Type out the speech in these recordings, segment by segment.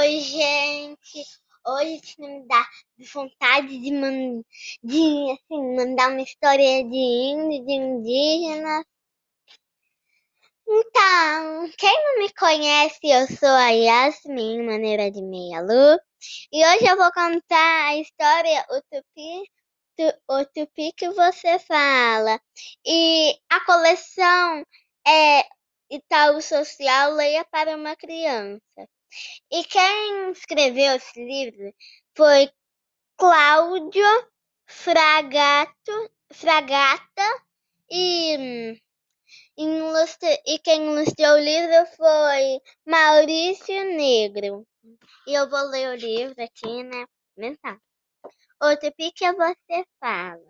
Oi, gente. Hoje me dá vontade de assim, mandar uma história de índio, de indígena. Então, quem não me conhece, eu sou a Yasmin, maneira de meia-lua. E hoje eu vou contar a história o tupi que você fala. E a coleção é Itaú Social, leia para uma criança. E quem escreveu esse livro foi Cláudio Fragata e, e quem ilustrou o livro foi Maurício Negro. E eu vou ler o livro aqui, né? Comentar. Outro pique você fala.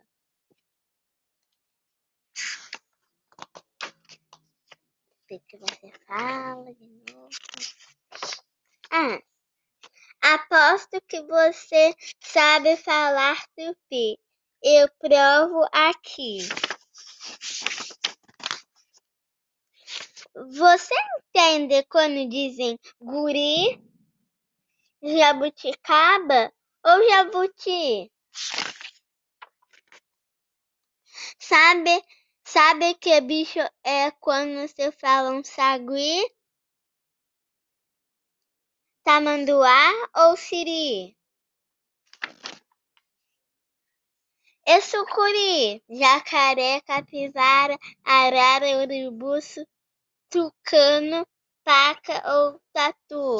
Pique você fala de novo. Aposto que você sabe falar tupi. Eu provo aqui. Você entende quando dizem guri, jabuticaba ou jabuti? Sabe que bicho é quando se fala um sagui, tamanduá ou siri? E sucuri, jacaré, capivara, arara, urubuço, tucano, paca ou tatu?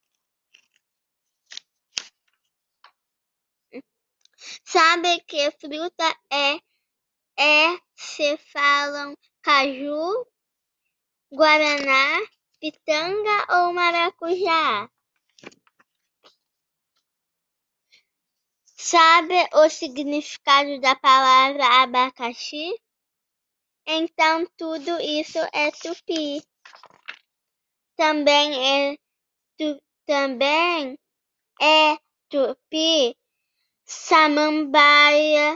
Sabe que fruta se falam caju, guaraná, pitanga ou maracujá? Sabe o significado da palavra abacaxi? Então tudo isso é tupi. Também é tupi, samambaia,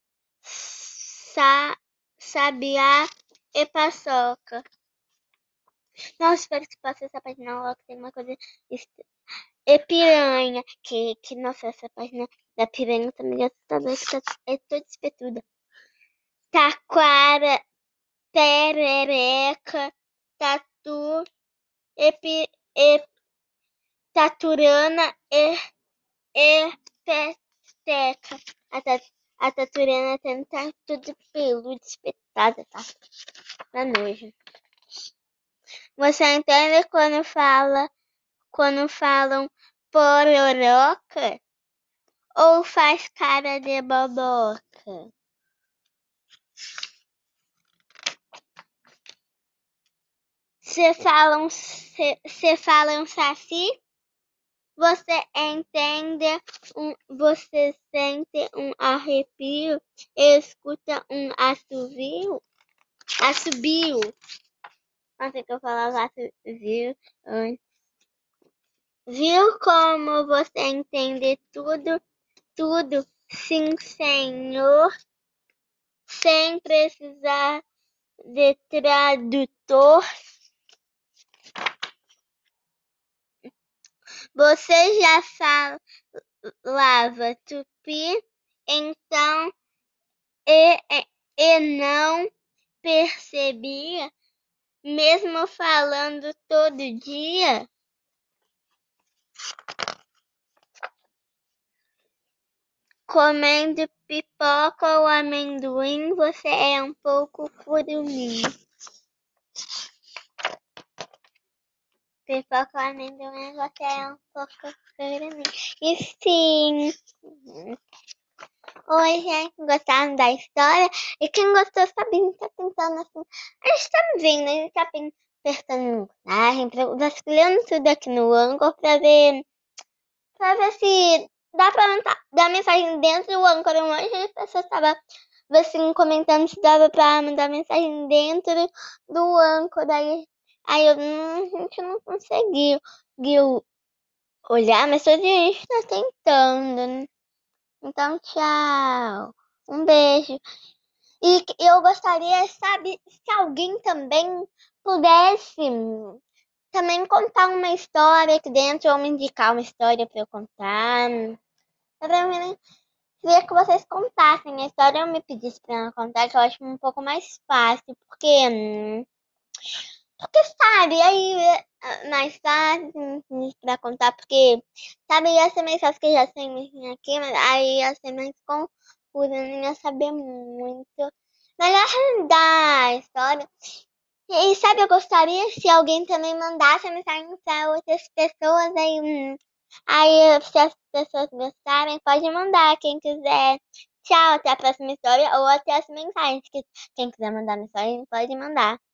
sabiá e paçoca. Nossa, espero que passe essa página logo, tem uma coisa. E piranha, nossa, essa página da piranha tá meio assustadora, é toda espetuda. Taquara, perereca, tatu, taturana e peteca. A taturana tá tudo peludo, espetada, tá? Dá nojo. Você entende quando falam pororoca? Ou faz cara de boboca? Se falam saci, você sente um arrepio e escuta um assobio. Nossa, que eu falava assovio antes. Viu como você entende tudo, sim, senhor, sem precisar de tradutor? Você já falava tupi, então, e não percebia, mesmo falando todo dia? Comendo pipoca ou amendoim, você é um pouco curumim. Pipoca ou amendoim, você é um pouco curumim. E sim. Oi, gente, gostaram da história? E quem gostou, sabe, tá tentando assim. A gente tá vendo, a gente tá apertando vasculhando tudo aqui no Anchor pra ver se dá pra dar mensagem dentro do Anchor. Um monte de pessoas tava assim, comentando se dava pra mandar mensagem dentro do Anchor. Aí a gente não conseguiu olhar, mas a gente tá tentando, né? Então, tchau. Um beijo. E eu gostaria, sabe, se alguém também pudesse também contar uma história aqui dentro ou me indicar uma história pra eu contar. Eu também queria que vocês contassem a história ou me pedissem pra contar, que eu acho um pouco mais fácil, porque sabe, aí mais fácil pra contar, porque sabe, ia ser mais fácil que já sei aqui, mas aí ia ser mais confuso, eu não ia saber muito. Melhor da história. E sabe, eu gostaria se alguém também mandasse a mensagem para outras pessoas aí se as pessoas gostarem, pode mandar quem quiser. Tchau, até a próxima história ou até as mensagens que quem quiser mandar mensagem pode mandar.